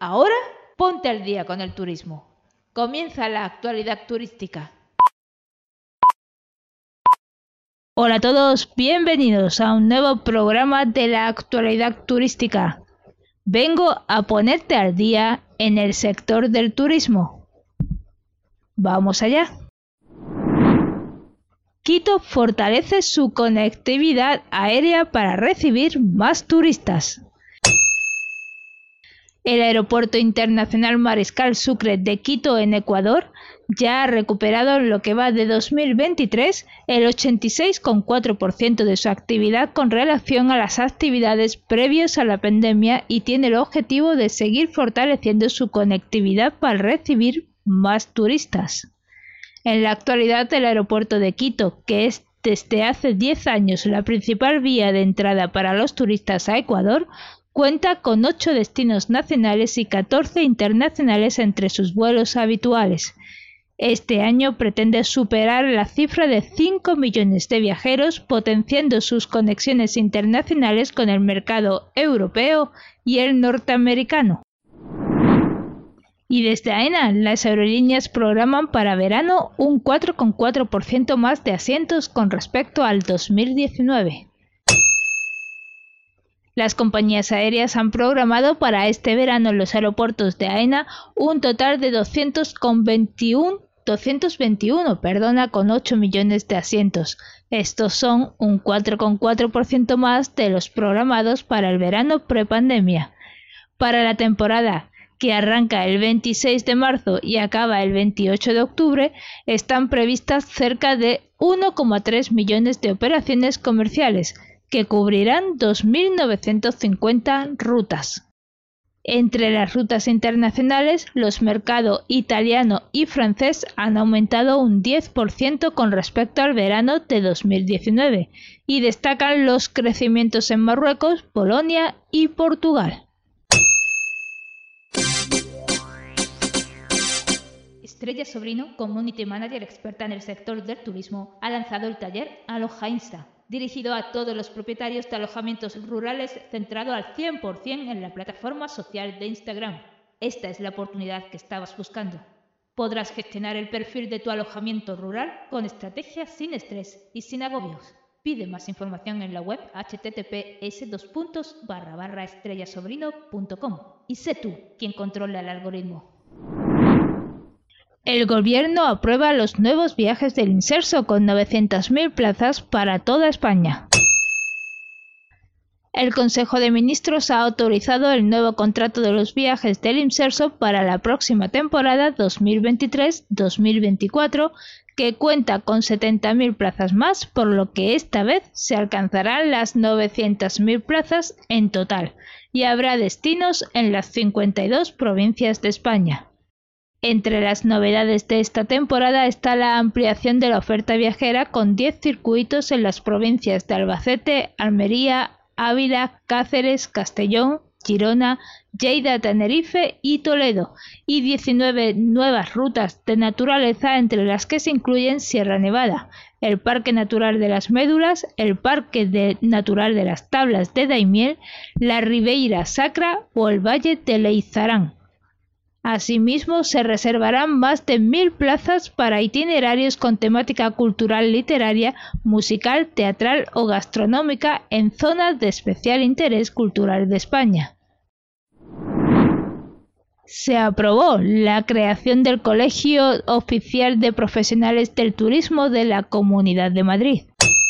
ahora ponte al día con el turismo. Comienza la actualidad turística. Hola a todos, bienvenidos a un nuevo programa de la actualidad turística. Vengo a ponerte al día en el sector del turismo. Vamos allá. Quito fortalece su conectividad aérea para recibir más turistas. El Aeropuerto Internacional Mariscal Sucre de Quito, en Ecuador, ya ha recuperado en lo que va de 2023 el 86,4% de su actividad con relación a las actividades previas a la pandemia y tiene el objetivo de seguir fortaleciendo su conectividad para recibir más turistas. En la actualidad, el aeropuerto de Quito, que es desde hace 10 años la principal vía de entrada para los turistas a Ecuador, cuenta con 8 destinos nacionales y 14 internacionales entre sus vuelos habituales. Este año pretende superar la cifra de 5 millones de viajeros, potenciando sus conexiones internacionales con el mercado europeo y el norteamericano. Y desde AENA, las aerolíneas programan para verano un 4,4% más de asientos con respecto al 2019. Las compañías aéreas han programado para este verano en los aeropuertos de AENA un total de 221 con 8 millones de asientos. Estos son un 4,4% más de los programados para el verano prepandemia. Para la temporada, que arranca el 26 de marzo y acaba el 28 de octubre, están previstas cerca de 1,3 millones de operaciones comerciales, que cubrirán 2.950 rutas. Entre las rutas internacionales, los mercados italiano y francés han aumentado un 10% con respecto al verano de 2019 y destacan los crecimientos en Marruecos, Polonia y Portugal. Estrella Sobrino, Community Manager experta en el sector del turismo, ha lanzado el taller Aloja Insta, dirigido a todos los propietarios de alojamientos rurales, centrado al 100% en la plataforma social de Instagram. Esta es la oportunidad que estabas buscando. Podrás gestionar el perfil de tu alojamiento rural con estrategias sin estrés y sin agobios. Pide más información en la web https://estrellasobrino.com y sé tú quien controla el algoritmo. El gobierno aprueba los nuevos viajes del Inserso con 900.000 plazas para toda España. El Consejo de Ministros ha autorizado el nuevo contrato de los viajes del Inserso para la próxima temporada 2023-2024, que cuenta con 70.000 plazas más, por lo que esta vez se alcanzarán las 900.000 plazas en total, y habrá destinos en las 52 provincias de España. Entre las novedades de esta temporada está la ampliación de la oferta viajera con 10 circuitos en las provincias de Albacete, Almería, Ávila, Cáceres, Castellón, Girona, Lleida, Tenerife y Toledo, y 19 nuevas rutas de naturaleza, entre las que se incluyen Sierra Nevada, el Parque Natural de las Médulas, el Parque Natural de las Tablas de Daimiel, la Ribeira Sacra o el Valle de Leizarán. Asimismo, se reservarán más de 1.000 plazas para itinerarios con temática cultural, literaria, musical, teatral o gastronómica en zonas de especial interés cultural de España. Se aprobó la creación del Colegio Oficial de Profesionales del Turismo de la Comunidad de Madrid.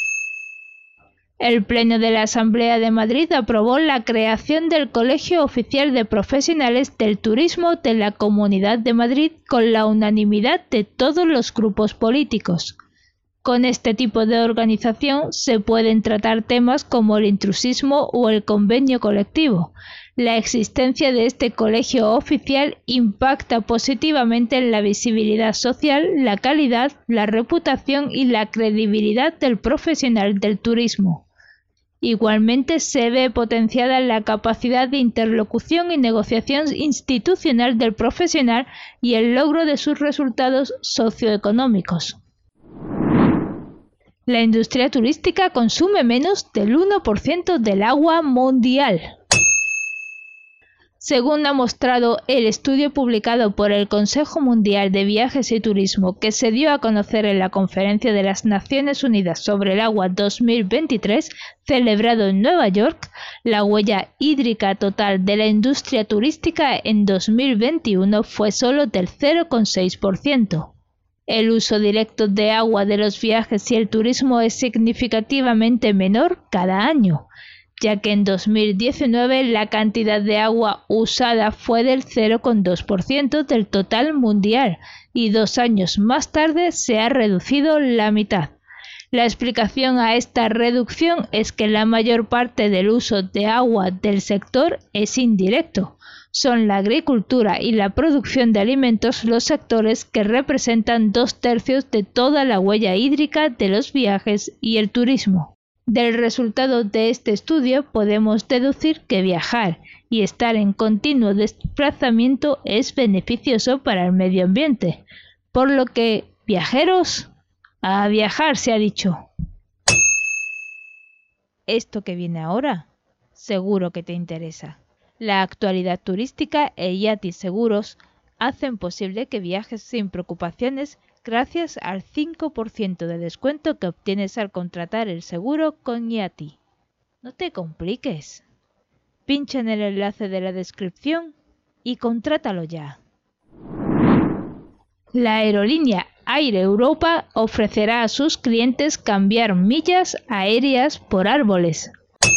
El Pleno de la Asamblea de Madrid aprobó la creación del Colegio Oficial de Profesionales del Turismo de la Comunidad de Madrid con la unanimidad de todos los grupos políticos. Con este tipo de organización se pueden tratar temas como el intrusismo o el convenio colectivo. La existencia de este colegio oficial impacta positivamente en la visibilidad social, la calidad, la reputación y la credibilidad del profesional del turismo. Igualmente se ve potenciada la capacidad de interlocución y negociación institucional del profesional y el logro de sus resultados socioeconómicos. La industria turística consume menos del 1% del agua mundial. Según ha mostrado el estudio publicado por el Consejo Mundial de Viajes y Turismo que se dio a conocer en la Conferencia de las Naciones Unidas sobre el Agua 2023, celebrado en Nueva York, la huella hídrica total de la industria turística en 2021 fue solo del 0,6%. El uso directo de agua de los viajes y el turismo es significativamente menor cada año, ya que en 2019 la cantidad de agua usada fue del 0,2% del total mundial y 2 años más tarde se ha reducido la mitad. La explicación a esta reducción es que la mayor parte del uso de agua del sector es indirecto. Son la agricultura y la producción de alimentos los sectores que representan 2/3 de toda la huella hídrica de los viajes y el turismo. Del resultado de este estudio podemos deducir que viajar y estar en continuo desplazamiento es beneficioso para el medio ambiente, por lo que, viajeros, a viajar se ha dicho. Esto que viene ahora, seguro que te interesa. La actualidad turística e Yati Seguros hacen posible que viajes sin preocupaciones gracias al 5% de descuento que obtienes al contratar el seguro con Yati. No te compliques. Pincha en el enlace de la descripción y contrátalo ya. La aerolínea Air Europa ofrecerá a sus clientes cambiar millas aéreas por árboles.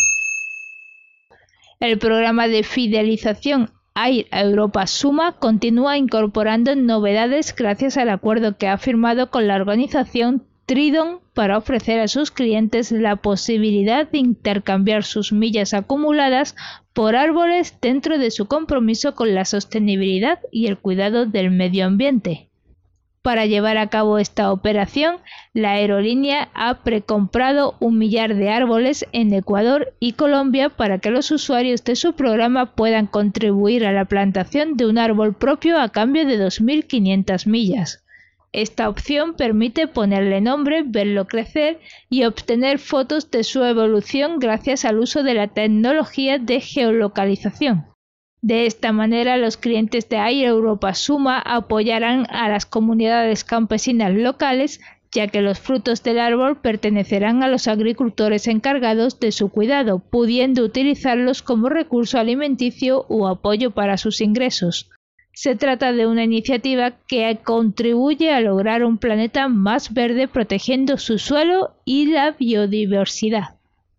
El programa de fidelización Air Europa Suma continúa incorporando novedades gracias al acuerdo que ha firmado con la organización Tridon para ofrecer a sus clientes la posibilidad de intercambiar sus millas acumuladas por árboles dentro de su compromiso con la sostenibilidad y el cuidado del medio ambiente. Para llevar a cabo esta operación, la aerolínea ha precomprado 1 millar de árboles en Ecuador y Colombia para que los usuarios de su programa puedan contribuir a la plantación de un árbol propio a cambio de 2.500 millas. Esta opción permite ponerle nombre, verlo crecer y obtener fotos de su evolución gracias al uso de la tecnología de geolocalización. De esta manera, los clientes de Air Europa Suma apoyarán a las comunidades campesinas locales, ya que los frutos del árbol pertenecerán a los agricultores encargados de su cuidado, pudiendo utilizarlos como recurso alimenticio o apoyo para sus ingresos. Se trata de una iniciativa que contribuye a lograr un planeta más verde protegiendo su suelo y la biodiversidad.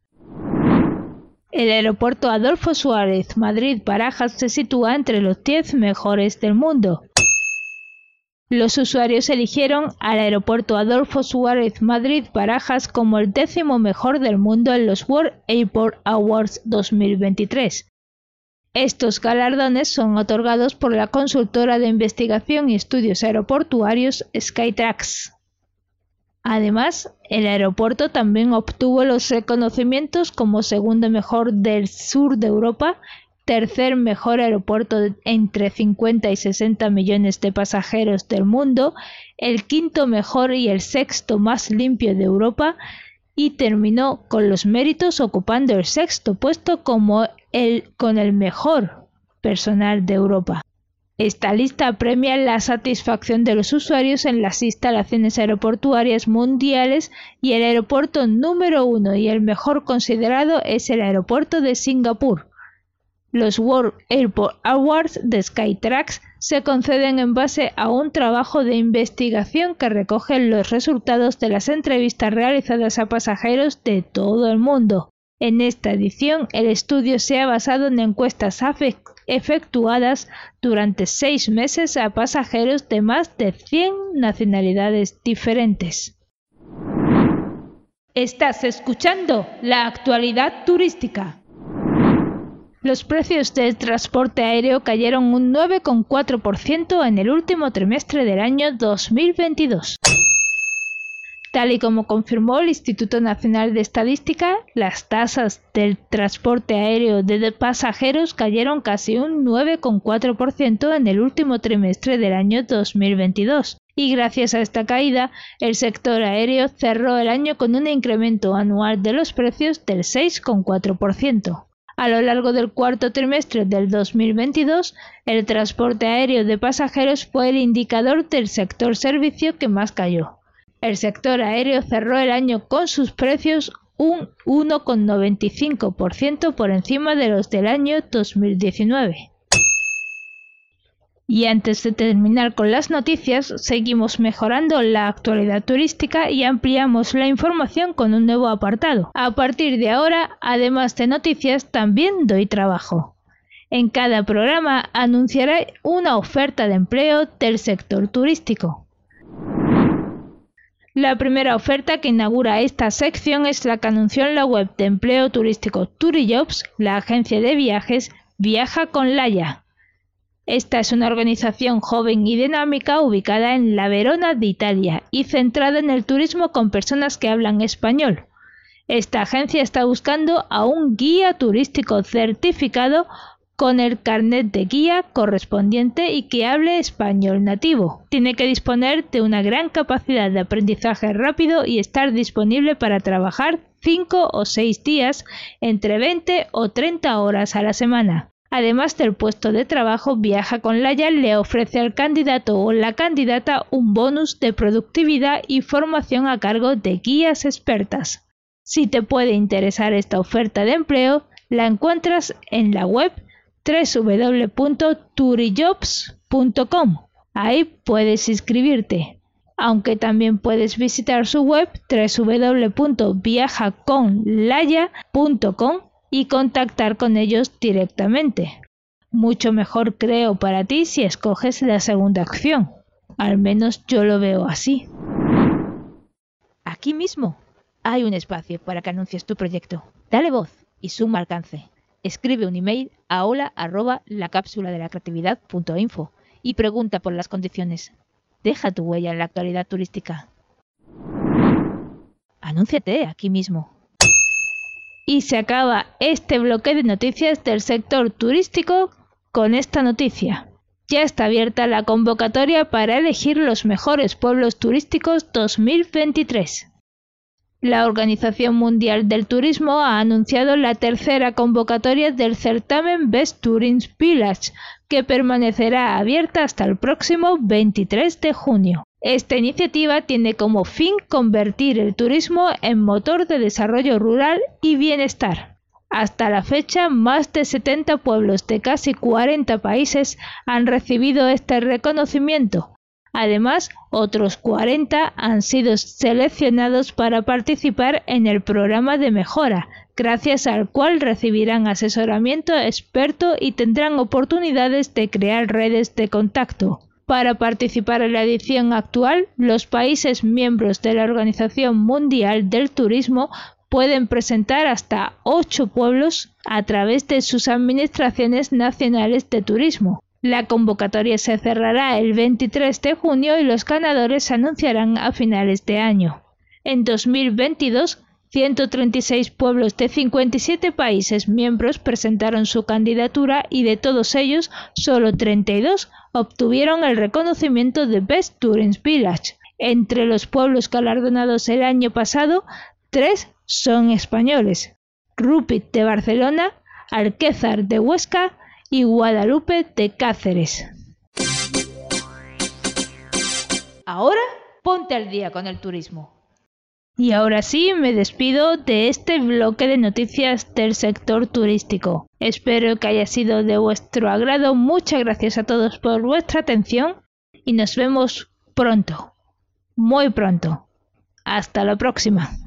El aeropuerto Adolfo Suárez Madrid-Barajas se sitúa entre los 10 mejores del mundo. Los usuarios eligieron al aeropuerto Adolfo Suárez Madrid-Barajas como el 10º mejor del mundo en los World Airport Awards 2023. Estos galardones son otorgados por la consultora de investigación y estudios aeroportuarios Skytrax. Además, el aeropuerto también obtuvo los reconocimientos como segundo mejor del sur de Europa, tercer mejor aeropuerto entre 50 y 60 millones de pasajeros del mundo, el quinto mejor y el sexto más limpio de Europa, y terminó con los méritos ocupando el sexto puesto con el mejor personal de Europa. Esta lista premia la satisfacción de los usuarios en las instalaciones aeroportuarias mundiales y el aeropuerto número 1 y el mejor considerado es el aeropuerto de Singapur. Los World Airport Awards de Skytrax se conceden en base a un trabajo de investigación que recoge los resultados de las entrevistas realizadas a pasajeros de todo el mundo. En esta edición, el estudio se ha basado en encuestas efectuadas durante 6 meses a pasajeros de más de 100 nacionalidades diferentes. Estás escuchando la actualidad turística. Los precios del transporte aéreo cayeron un 9,4% en el último trimestre del año 2022. Tal y como confirmó el Instituto Nacional de Estadística, las tasas del transporte aéreo de pasajeros cayeron casi un 9,4% en el último trimestre del año 2022. Y gracias a esta caída, el sector aéreo cerró el año con un incremento anual de los precios del 6,4%. A lo largo del cuarto trimestre del 2022, el transporte aéreo de pasajeros fue el indicador del sector servicio que más cayó. El sector aéreo cerró el año con sus precios un 1,95% por encima de los del año 2019. Y antes de terminar con las noticias, seguimos mejorando la actualidad turística y ampliamos la información con un nuevo apartado. A partir de ahora, además de noticias, también doy trabajo. En cada programa anunciaré una oferta de empleo del sector turístico. La primera oferta que inaugura esta sección es la que anunció en la web de empleo turístico Turijobs, la agencia de viajes Viaja con Laia. Esta es una organización joven y dinámica ubicada en la Verona de Italia y centrada en el turismo con personas que hablan español. Esta agencia está buscando a un guía turístico certificado con el carnet de guía correspondiente y que hable español nativo. Tiene que disponer de una gran capacidad de aprendizaje rápido y estar disponible para trabajar 5 o 6 días entre 20 o 30 horas a la semana. Además del puesto de trabajo, Viaja con Laia le ofrece al candidato o la candidata un bonus de productividad y formación a cargo de guías expertas. Si te puede interesar esta oferta de empleo, la encuentras en la web www.turijobs.com. Ahí puedes inscribirte, aunque también puedes visitar su web www.viajaconlaia.com y contactar con ellos directamente. Mucho mejor creo para ti si escoges la segunda opción. Al menos yo lo veo así. Aquí mismo hay un espacio para que anuncies tu proyecto. Dale voz y suma alcance. Escribe un email a hola@lacapsuladelacreatividad.info y pregunta por las condiciones. Deja tu huella en la actualidad turística. Anúnciate aquí mismo. Y se acaba este bloque de noticias del sector turístico con esta noticia. Ya está abierta la convocatoria para elegir los mejores pueblos turísticos 2023. La Organización Mundial del Turismo ha anunciado la tercera convocatoria del certamen Best Tourist Village, que permanecerá abierta hasta el próximo 23 de junio. Esta iniciativa tiene como fin convertir el turismo en motor de desarrollo rural y bienestar. Hasta la fecha, más de 70 pueblos de casi 40 países han recibido este reconocimiento. Además, otros 40 han sido seleccionados para participar en el programa de mejora, gracias al cual recibirán asesoramiento experto y tendrán oportunidades de crear redes de contacto. Para participar en la edición actual, los países miembros de la Organización Mundial del Turismo pueden presentar hasta 8 pueblos a través de sus administraciones nacionales de turismo. La convocatoria se cerrará el 23 de junio y los ganadores se anunciarán a finales de año. En 2022, 136 pueblos de 57 países miembros presentaron su candidatura y de todos ellos, solo 32 obtuvieron el reconocimiento de Best Tourist Village. Entre los pueblos galardonados el año pasado, 3 son españoles: Rupit de Barcelona, Alquézar de Huesca y Guadalupe de Cáceres. Ahora ponte al día con el turismo. Y ahora sí, me despido de este bloque de noticias del sector turístico. Espero que haya sido de vuestro agrado. Muchas gracias a todos por vuestra atención y nos vemos pronto, muy pronto. Hasta la próxima.